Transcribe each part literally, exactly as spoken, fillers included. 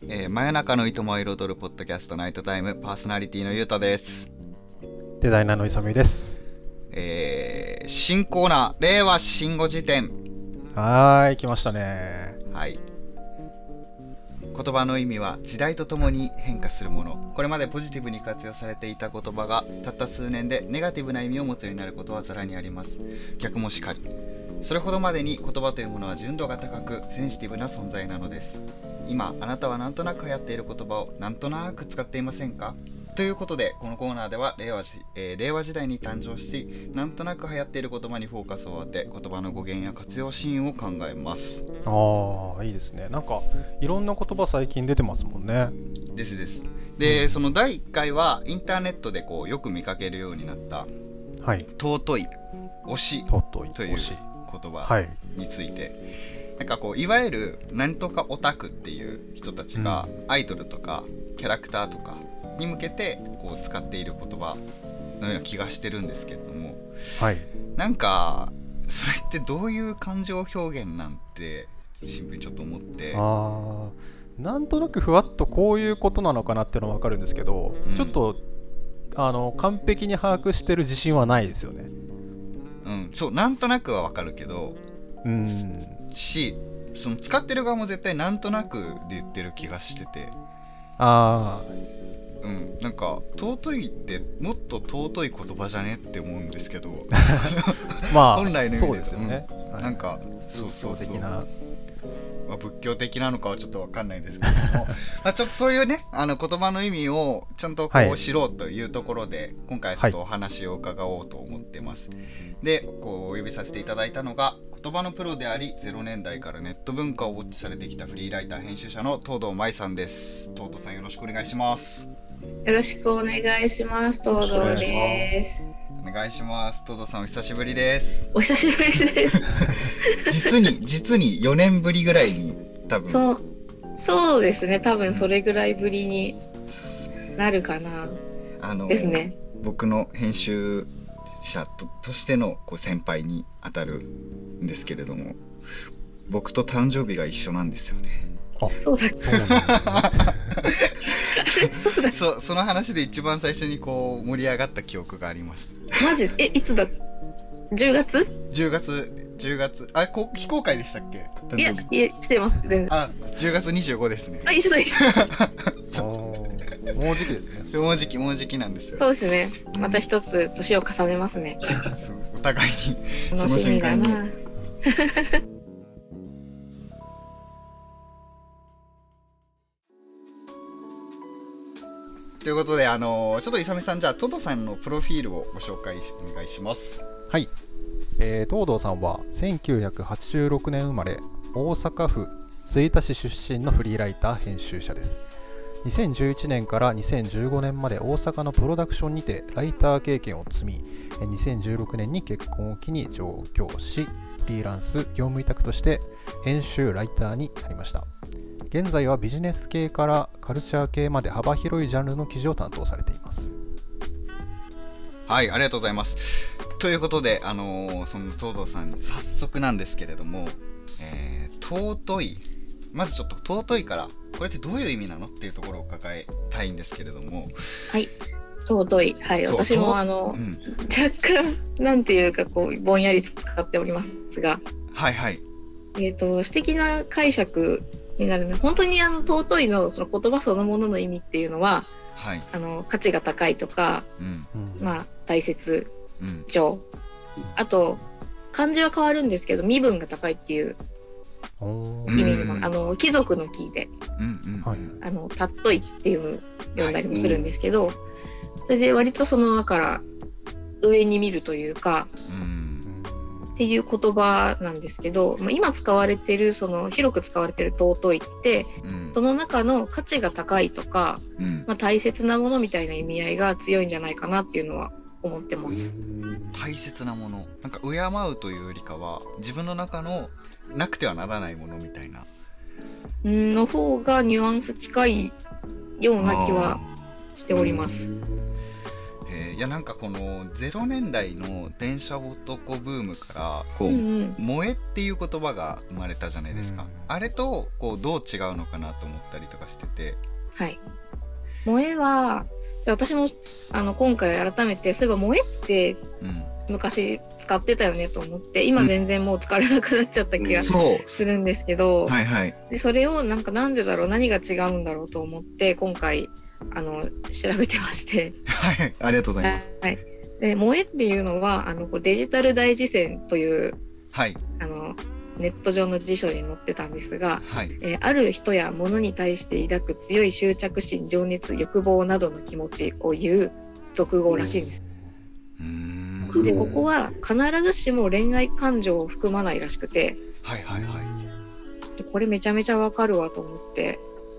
えー、真夜中のいともを彩るポッドキャストナイトタイム、パーソナリティのゆうたです。 デザイナーのいさみです。 えー、新コーナー、令和新語辞典。 はーい、来ましたね。 はい。言葉の意味は時代とともに変化するもの。これまでポジティブに活用されていた言葉がたった数年でネガティブな意味を持つようになることはざらにあります。逆もしかり。それほどまでに言葉というものは純度が高くセンシティブな存在なのです。今あなたはなんとなく流行っている言葉をなんとなく使っていませんか？ということで、このコーナーでは令和、えー、令和時代に誕生し、なんとなく流行っている言葉にフォーカスを当て、言葉の語源や活用シーンを考えます。 ああ、いいですね。なんかいろんな言葉最近出てますもんね。 ですです。で、そのだいいっかいはインターネットでこうよく見かけるようになった、 はい、 尊い、推し尊いという言葉について、はい、なんかこういわゆるなんとかオタクっていう人たちが、うん、アイドルとかキャラクターとかに向けてこう使っている言葉のような気がしてるんですけれども、 はい、 なんかそれってどういう感情表現なんてシンプルにちょっと思って、 あなんとなくふわっとこういうことなのかなっていうのは分かるんですけど、うん、ちょっとあの完璧に把握してる自信はないですよね。 うん、そうなんとなくは分かるけど、うん、しその使ってる側も絶対なんとなくで言ってる気がしてて、 ああうん、なんか尊いってもっと尊い言葉じゃねって思うんですけどまあ本来の意味でそうですよね、 うん、なんかそうそうそう、 仏教的な、まあ、仏教的なのかはちょっと分かんないですけどもまあちょっとそういうねあの言葉の意味をちゃんとこう、はい、知ろうというところで今回はちょっとお話を伺おうと思ってます、はい、でこうお呼びさせていただいたのが言葉のプロでありゼロねんだいからネット文化をウォッチされてきたフリーライター編集者の東堂舞さんです。東堂さんよろしくお願いします。 よろしくお願いします。東堂です。 お願いします。東堂さんお久しぶりです。 お久しぶりです実に実によねんぶりぐらいに多分そうそうですね、多分それぐらいぶりになるかな、あのですね。 僕の編集者 と, としてのこう先輩に当たるんですけれども、僕と誕生日が一緒なんですよね。 あ、そうだそうなんですねそ, その話で一番最初にこう盛り上がった記憶があります。 マジえいつだじゅうがつじゅうがつじゅうがつあこ非公開でしたっけ？ いやいやしてます全然。 あじゅうがつにじゅうごですね。 あ一緒だ一緒もうじきですね。 もうじきもうじきなんですよ。 そうですね。また一つ年を重ねますね。 そうお互いにその楽しみだな。 ということで、あのー、ちょっといさみさん、じゃあトドさんのプロフィールをご紹介お願いします。 はい、えー、東堂さんはせんきゅうひゃくはちじゅうろくねん生まれ、大阪府吹田市出身のフリーライター編集者です。にせんじゅういちねんからにせんじゅうごねんまで大阪のプロダクションにてライター経験を積み、にせんじゅうろくねんに結婚を機に上京し、フリーランス業務委託として編集ライターになりました。現在はビジネス系からカルチャー系まで幅広いジャンルの記事を担当されています。 はい、ありがとうございます。ということで、あのー、その東堂さんに早速なんですけれども、えー、尊い、まずちょっと尊いからこれってどういう意味なのっていうところを抱えたいんですけれども。 はい、尊い、はい、私もあの、うん、若干なんていうかこうぼんやり使っておりますが、 はいはい、 えーと素敵な解釈になるね。本当にあの尊い の, その言葉そのものの意味っていうのは、はい、あの価値が高いとか、うんまあ、大切、重、うん、あと漢字は変わるんですけど身分が高いっていう意味にも、あの貴族の貴で、うんうん、あの尊いっていう呼んだりもするんですけど、はい、それで割とそのだから上に見るというか、うんっていう言葉なんですけど、今使われてるその広く使われてる尊いって、うん、その中の価値が高いとか、うんまあ、大切なものみたいな意味合いが強いんじゃないかなっていうのは思ってます。 大切なもの、なんか敬うというよりかは自分の中のなくてはならないものみたいなの方がニュアンス近いような気はしております。 えー、いやなんかこのゼロねんだいの電車男ブームからこう、 うんうん、 萌えっていう言葉が生まれたじゃないですか、うん、あれとこうどう違うのかなと思ったりとかしてて。 はい、萌えは私もあの今回改めてそういえば萌えって昔使ってたよねと思って、今全然もう使われなくなっちゃった気がするんですけど、 うんはいはい、 でそれをなんかなんでだろう何が違うんだろうと思って今回あの調べてましてはいありがとうございます、 はい、で萌えっていうのはあのデジタル大辞典という、 はい、 あのネット上の辞書に載ってたんですが、 はいえー、ある人や物に対して抱く強い執着心、情熱、欲望などの気持ちを言う俗語らしいんです。 うーんでここは必ずしも恋愛感情を含まないらしくて、 はいはいはい、 でこれめちゃめちゃわかるわと思って、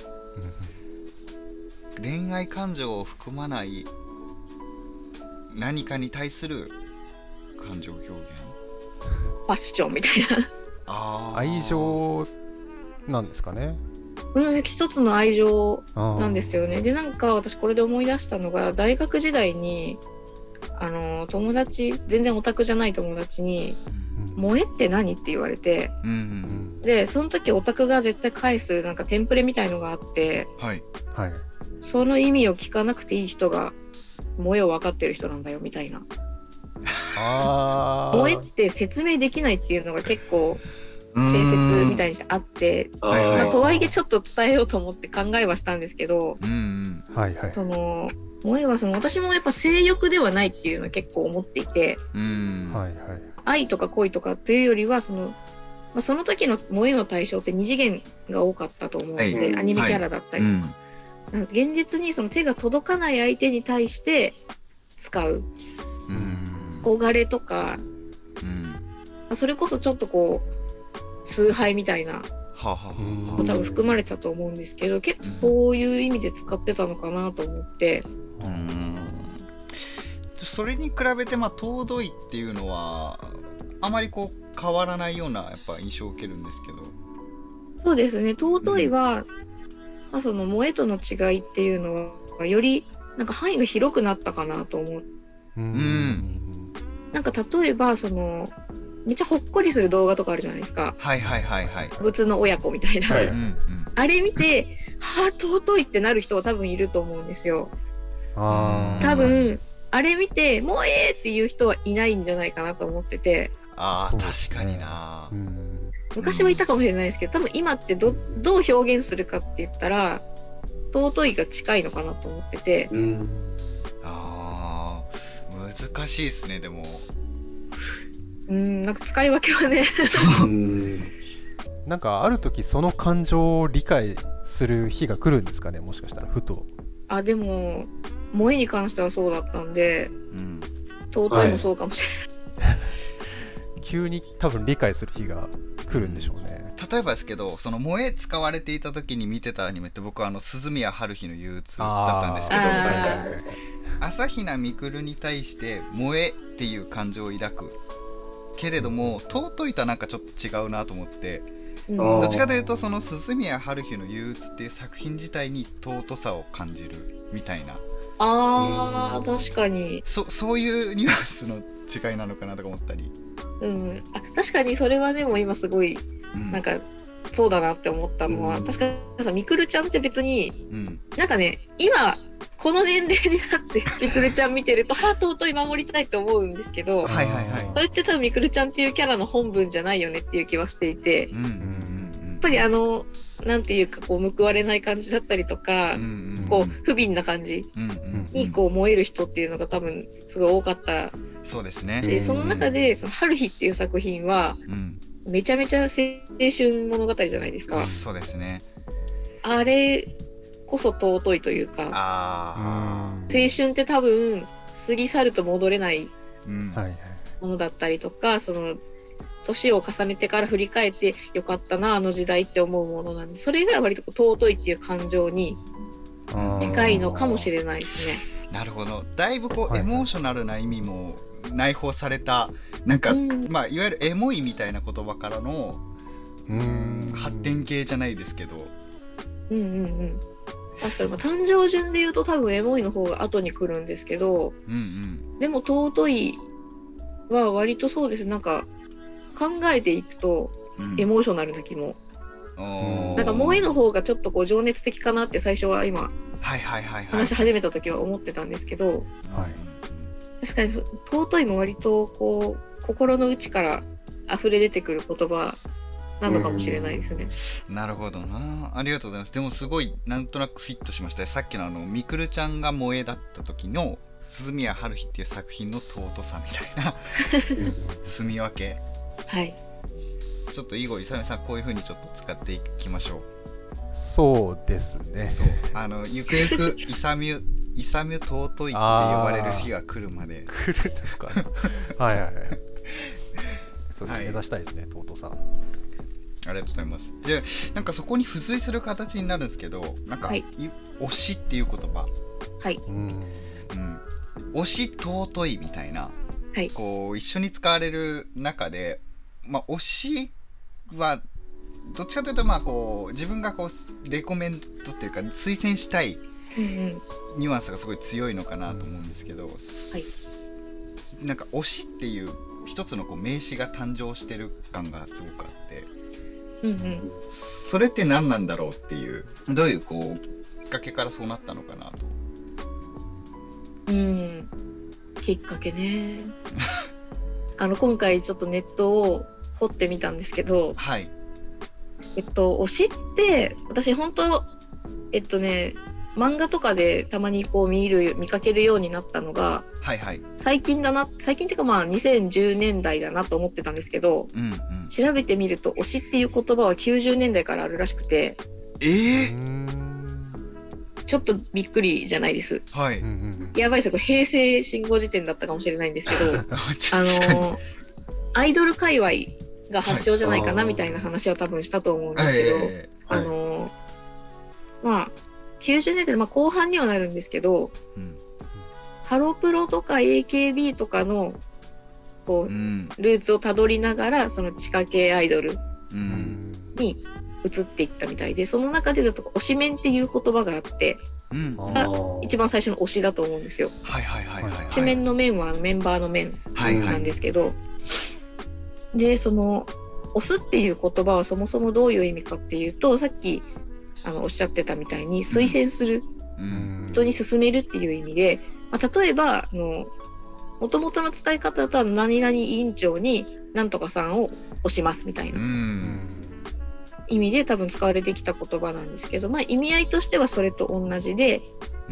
恋愛感情を含まない何かに対する感情表現、 ファッションみたいなあ愛情なんですかね。 うん、一つの愛情なんですよね。でなんか私これで思い出したのが、大学時代にあの友達全然オタクじゃない友達に「萌えって何?」って言われて、うんうん、でその時オタクが絶対返すなんかテンプレみたいのがあって、 はいはい、 その意味を聞かなくていい人が萌えを分かってる人なんだよみたいな。 あ萌えって説明できないっていうのが結構定説みたいにしてあって、まあ、とはいえちょっと伝えようと思って考えはしたんですけど、 うんうん、 はいはい、 その萌えはその私もやっぱ性欲ではないっていうのは結構思っていて、 うんはいはい、 愛とか恋とかというよりはその、まあ、その時の萌えの対象って二次元が多かったと思うので、はい、アニメキャラだったりとか、はい、現実にその手が届かない相手に対して使う、うん、憧れとか、うんまあ、それこそちょっとこう崇拝みたいなも多分含まれたと思うんですけど、結構こういう意味で使ってたのかなと思って、 うーんそれに比べてまあ尊いっていうのはあまりこう変わらないようなやっぱ印象を受けるんですけど。 そうですね、尊いは、うんまあ、その萌えとの違いっていうのはよりなんか範囲が広くなったかなと思う。 うん、 なんか例えばそのめっちゃほっこりする動画とかあるじゃないですか。 はいはいはいはい。 普通の親子みたいな。はい、あれ見て、はぁ、尊いってなる人は多分いると思うんですよ。 あ多分、あれ見て、もうええっていう人はいないんじゃないかなと思ってて。 ああ、確かにな、うん。 昔はいたかもしれないですけど、多分今ってど、どう表現するかって言ったら、尊いが近いのかなと思ってて。うん、 ああ、難しいですね、でも。 うん、なんか使い分けはねなんかある時その感情を理解する日が来るんですかね、もしかしたらふと。 あでも萌えに関してはそうだったんで、うん、尊いもそうかもしれない、はい、 急に多分理解する日が来るんでしょうね。 例えばですけど、その萌え使われていた時に見てたアニメって僕はあの鈴宮春日の憂鬱だったんですけど、朝比奈未来に対して萌えっていう感情を抱くけれども尊いとはなんかちょっと違うなと思って、うん、どっちかというとその鈴宮春日の憂鬱っていう作品自体に尊さを感じるみたいな。 あー確かにそ, そういうニュアンスの違いなのかなとか思ったり、 うん、あ確かにそれはでも今すごい、うん、なんかそうだなって思ったのは、うん、確かにさみくるちゃんって別に、うん、なんかね今この年齢になってみくるちゃん見てるとはぁ尊い守りたいと思うんですけど、 はいはいはい、 それって多分みくるちゃんっていうキャラの本文じゃないよねっていう気はしていて、うんうんうんうん、やっぱりあのなんていうかこう報われない感じだったりとか、うんうんうん、こう不憫な感じにこう燃える人っていうのが多分すごい多かったそうですね。 でその中でその春日っていう作品は、うん、めちゃめちゃ青春物語じゃないですか。 そうですね。 あれこそ尊いというか、 あ青春って多分過ぎ去ると戻れないものだったりとか、うん、その年を重ねてから振り返ってよかったなあの時代って思うものなんで、それが割と尊いっていう感情に近いのかもしれないですね。 なるほど。だいぶこうエモーショナルな意味も内包された、なんか、うん、まあいわゆるエモいみたいな言葉からのうーん発展系じゃないですけど、 うんうんうん、 確かに、まあ、誕生順で言うと多分エモいの方が後に来るんですけど、うんうん、でも尊いは割とそうです。なんか考えていくとエモーショナルな気も、うん、なんか萌えの方がちょっとこう情熱的かなって最初は今話し始めた時は思ってたんですけど、はい、確かに尊いも割とこう心の内から溢れ出てくる言葉なのかもしれないですね。 なるほどな、ありがとうございます。でもすごいなんとなくフィットしました。さっきのあのみくるちゃんが萌えだった時の鈴宮春日っていう作品の尊さみたいな住み分け、はい、ちょっと以後伊佐美さんこういう風にちょっと使っていきましょう。 そうですね。 そう、あのゆくゆく伊佐美伊佐美尊いって呼ばれる日が来るまで来るのかなはいはいはいそうです、はい、目指したいですね、尊さ。 ありがとうございます。で、なんかそこに付随する形になるんですけど、なんか、はい、推しっていう言葉、はい、うん、推し尊いみたいな、はい、こう一緒に使われる中で、まあ、推しはどっちかというと、まあこう自分がこうレコメンドというか推薦したいニュアンスがすごい強いのかなと思うんですけど、うん、はい、なんか推しっていう一つのこう名詞が誕生してる感がすごくあって、うんうん、それって何なんだろうっていう、どういうこうきっかけからそうなったのかなと。 うん、きっかけねあの今回ちょっとネットを掘ってみたんですけど、はい、えっと推しって私本当えっとね漫画とかでたまにこう見る見かけるようになったのが、はいはい、最近だな最近っていうかまあにせんじゅうねんだいだなと思ってたんですけど、うんうん、調べてみると推しっていう言葉はきゅうじゅうねんだいからあるらしくて、えー、ちょっとびっくりじゃないです、はい、やばいですよ、平成新語辞典だったかもしれないんですけどあのアイドル界隈が発祥じゃないかなみたいな話は多分したと思うんですけど、はい、あのまあきゅうじゅうねんだい、まあ、後半にはなるんですけど、うん、ハロプロとか エーケービー とかのこう、うん、ルーツをたどりながらその地下系アイドルに移っていったみたいで、その中でだと推しメンっていう言葉があって、うん、が一番最初の推しだと思うんですよ。はいはいはいはい、はい、推しメンのメンはメンバーのメンなんですけど、はいはい、でその推すっていう言葉はそもそもどういう意味かっていうと、さっきあのおっしゃってたみたいに推薦する、うん、人に勧めるっていう意味で、まあ、例えばあの元々の伝え方だと何々委員長になんとかさんを推しますみたいな意味で多分使われてきた言葉なんですけど、まあ、意味合いとしてはそれと同じで、うん、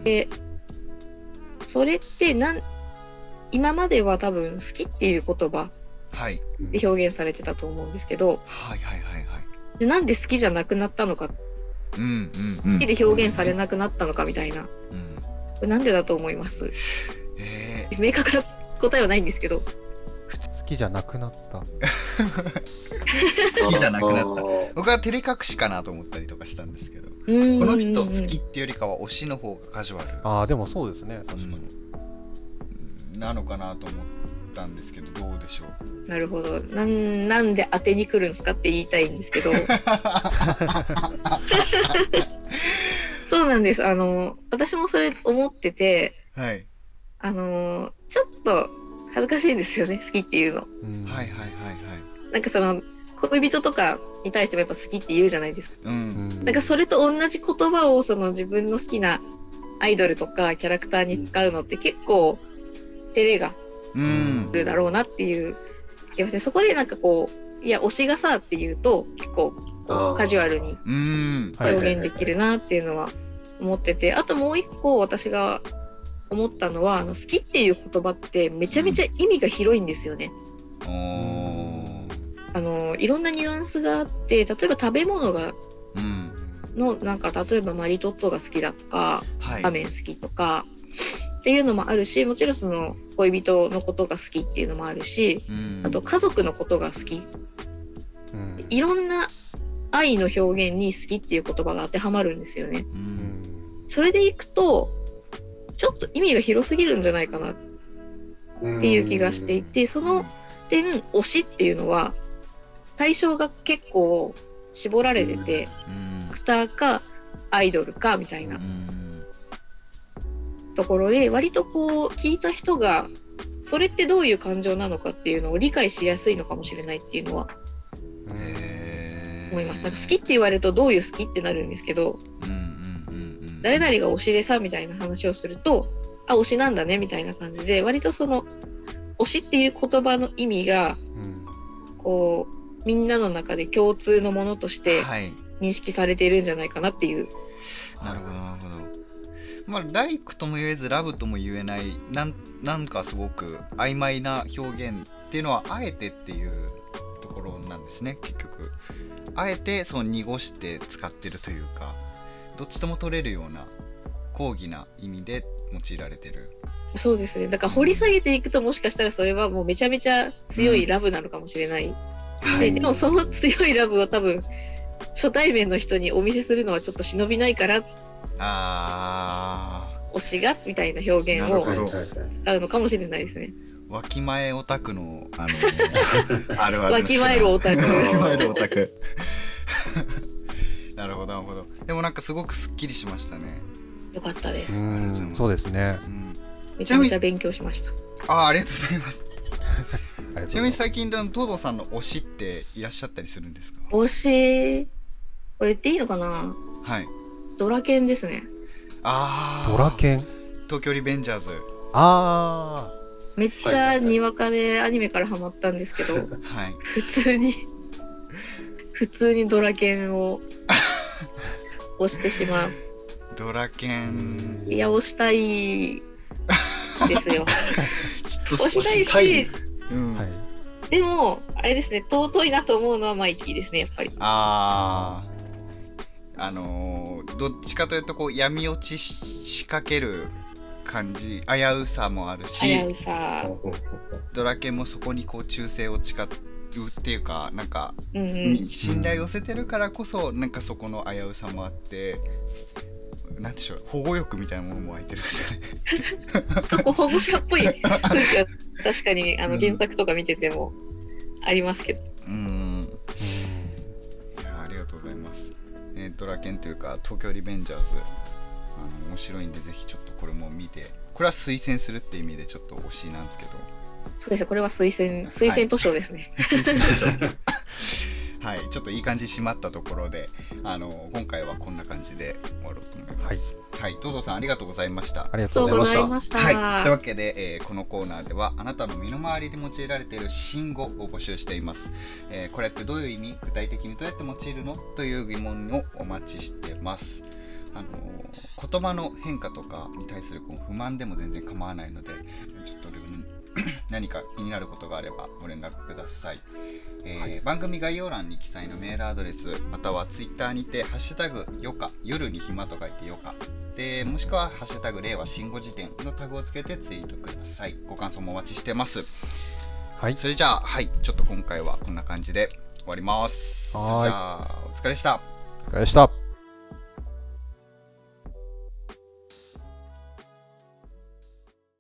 でそれってなん今までは多分好きっていう言葉で表現されてたと思うんですけど、はいはいはいはい、でなんで好きじゃなくなったのか、うんうんうん、好きで表現されなくなったのかみたいな、うん、これなんでだと思います？えー、明確な答えはないんですけど、 好きじゃなくなった好きじゃなくなった僕は照れ隠しかなと思ったりとかしたんですけど、この人好きっていうよりかは推しの方がカジュアル、 ああでもそうですね、確かに、 うん、なのかなと思ったんですけど、どうでしょう。なるほど、な ん, なんで当てに来るんですかって言いたいんですけどそうなんです、あの私もそれ思ってて、はい、あのちょっと恥ずかしいんですよね、好きっていうの、うん、はいはいはいはい、なんかその恋人とかに対してもやっぱ好きって言うじゃないですか、うん、なんかそれと同じ言葉をその自分の好きなアイドルとかキャラクターに使うのって結構照れがあるだろうなっていう気がして、そこでなんかこういや推しがさっていうと結構こうカジュアルに表現できるなっていうのは思ってて、あともう一個私が思ったのは、あの好きっていう言葉ってめちゃめちゃ意味が広いんですよね、うん、あのいろんなニュアンスがあって、例えば食べ物が、うん、のなんか例えばマリトッツォが好きだとか、はい、ラーメン好きとかっていうのもあるし、もちろんその恋人のことが好きっていうのもあるし、うん、あと家族のことが好き、うん、いろんな愛の表現に好きっていう言葉が当てはまるんですよね、うん、それでいくとちょっと意味が広すぎるんじゃないかなっていう気がしていて、その点推しっていうのは対象が結構絞られてて、キャラクターかアイドルかみたいなところで、割とこう聞いた人がそれってどういう感情なのかっていうのを理解しやすいのかもしれないっていうのは思います。なんか好きって言われるとどういう好きってなるんですけど、誰々が推しでさみたいな話をすると、あ、推しなんだねみたいな感じで、割とその推しっていう言葉の意味が、うん、こうみんなの中で共通のものとして認識されているんじゃないかなっていう、 はい、なるほどなるほど。まあライクとも言えずラブとも言えない、なん、なんかすごく曖昧な表現っていうのはあえてっていうところなんですね。結局あえてその濁して使ってるというか、どっちとも取れるような高義な意味で用いられてる。 そうですね。だから掘り下げていくと、もしかしたらそれはもうめちゃめちゃ強いラブなのかもしれない、うんはい、でもその強いラブを多分初対面の人にお見せするのはちょっと忍びないから、あ推しがみたいな表現を使うのかもしれないですね。 わきまえオタクのあのあるあるわきまえるオタクわきまえるオタクなるほどなるほど。でもなんかすごくすっきりしましたね。 よかったです。 うんそうですね、 うん、めちゃめちゃ勉強しました。 あ, ありがとうございますちなみに最近東堂さんの推しっていらっしゃったりするんですか？ 推しこれ言っていいのかな。 はい、 ドラケンですね。 あドラケン、 東京リベンジャーズ。 あめっちゃにわかでアニメからハマったんですけど、はい、普通に普通にドラケンを推してしまう。 ドラケンいや推したいですよちょっと推したいし、 うんはい、 でもあれですね、尊いなと思うのはマイキーですね、やっぱり。 あああのー、どっちかというとこう闇落ちしかける感じ、危うさもあるし、 危うさ、 ドラケンもそこにこう忠誠を誓うっていうか、なんか、うんうん、信頼を寄せてるからこそなんかそこの危うさもあって、なんでしょう、保護欲みたいなものも湧いてるんですよねそこ保護者っぽい空気は確かにあの原作とか見ててもありますけど、うん、うんいやありがとうございます、えー、ドラケンというか東京リベンジャーズ、あの面白いんでぜひちょっとこれも見て、これは推薦するって意味でちょっと推しなんですけど。 そうですね、これは推薦推薦図書ですね、 はいはい、ちょっといい感じに締まったところで、あの今回はこんな感じで終わろうと思います。はい、東堂さんありがとうございました。 ありがとうございました。 はい、というわけで、えー、このコーナーではあなたの身の回りで用いられている新語を募集しています。えー、これってどういう意味、具体的にどうやって用いるのという疑問をお待ちしてます。あのー、言葉の変化とかに対するこの不満でも全然構わないので、ちょっと何か気になることがあればご連絡ください。えーはい、番組概要欄に記載のメールアドレスまたはツイッターにてハッシュタグよか、夜に暇と書いてよかで、もしくはハッシュタグ令和新語辞典のタグをつけてツイートください。ご感想もお待ちしてます。はい、それじゃあ、はい、ちょっと今回はこんな感じで終わります。それじゃあお疲れでした。 お疲れでした。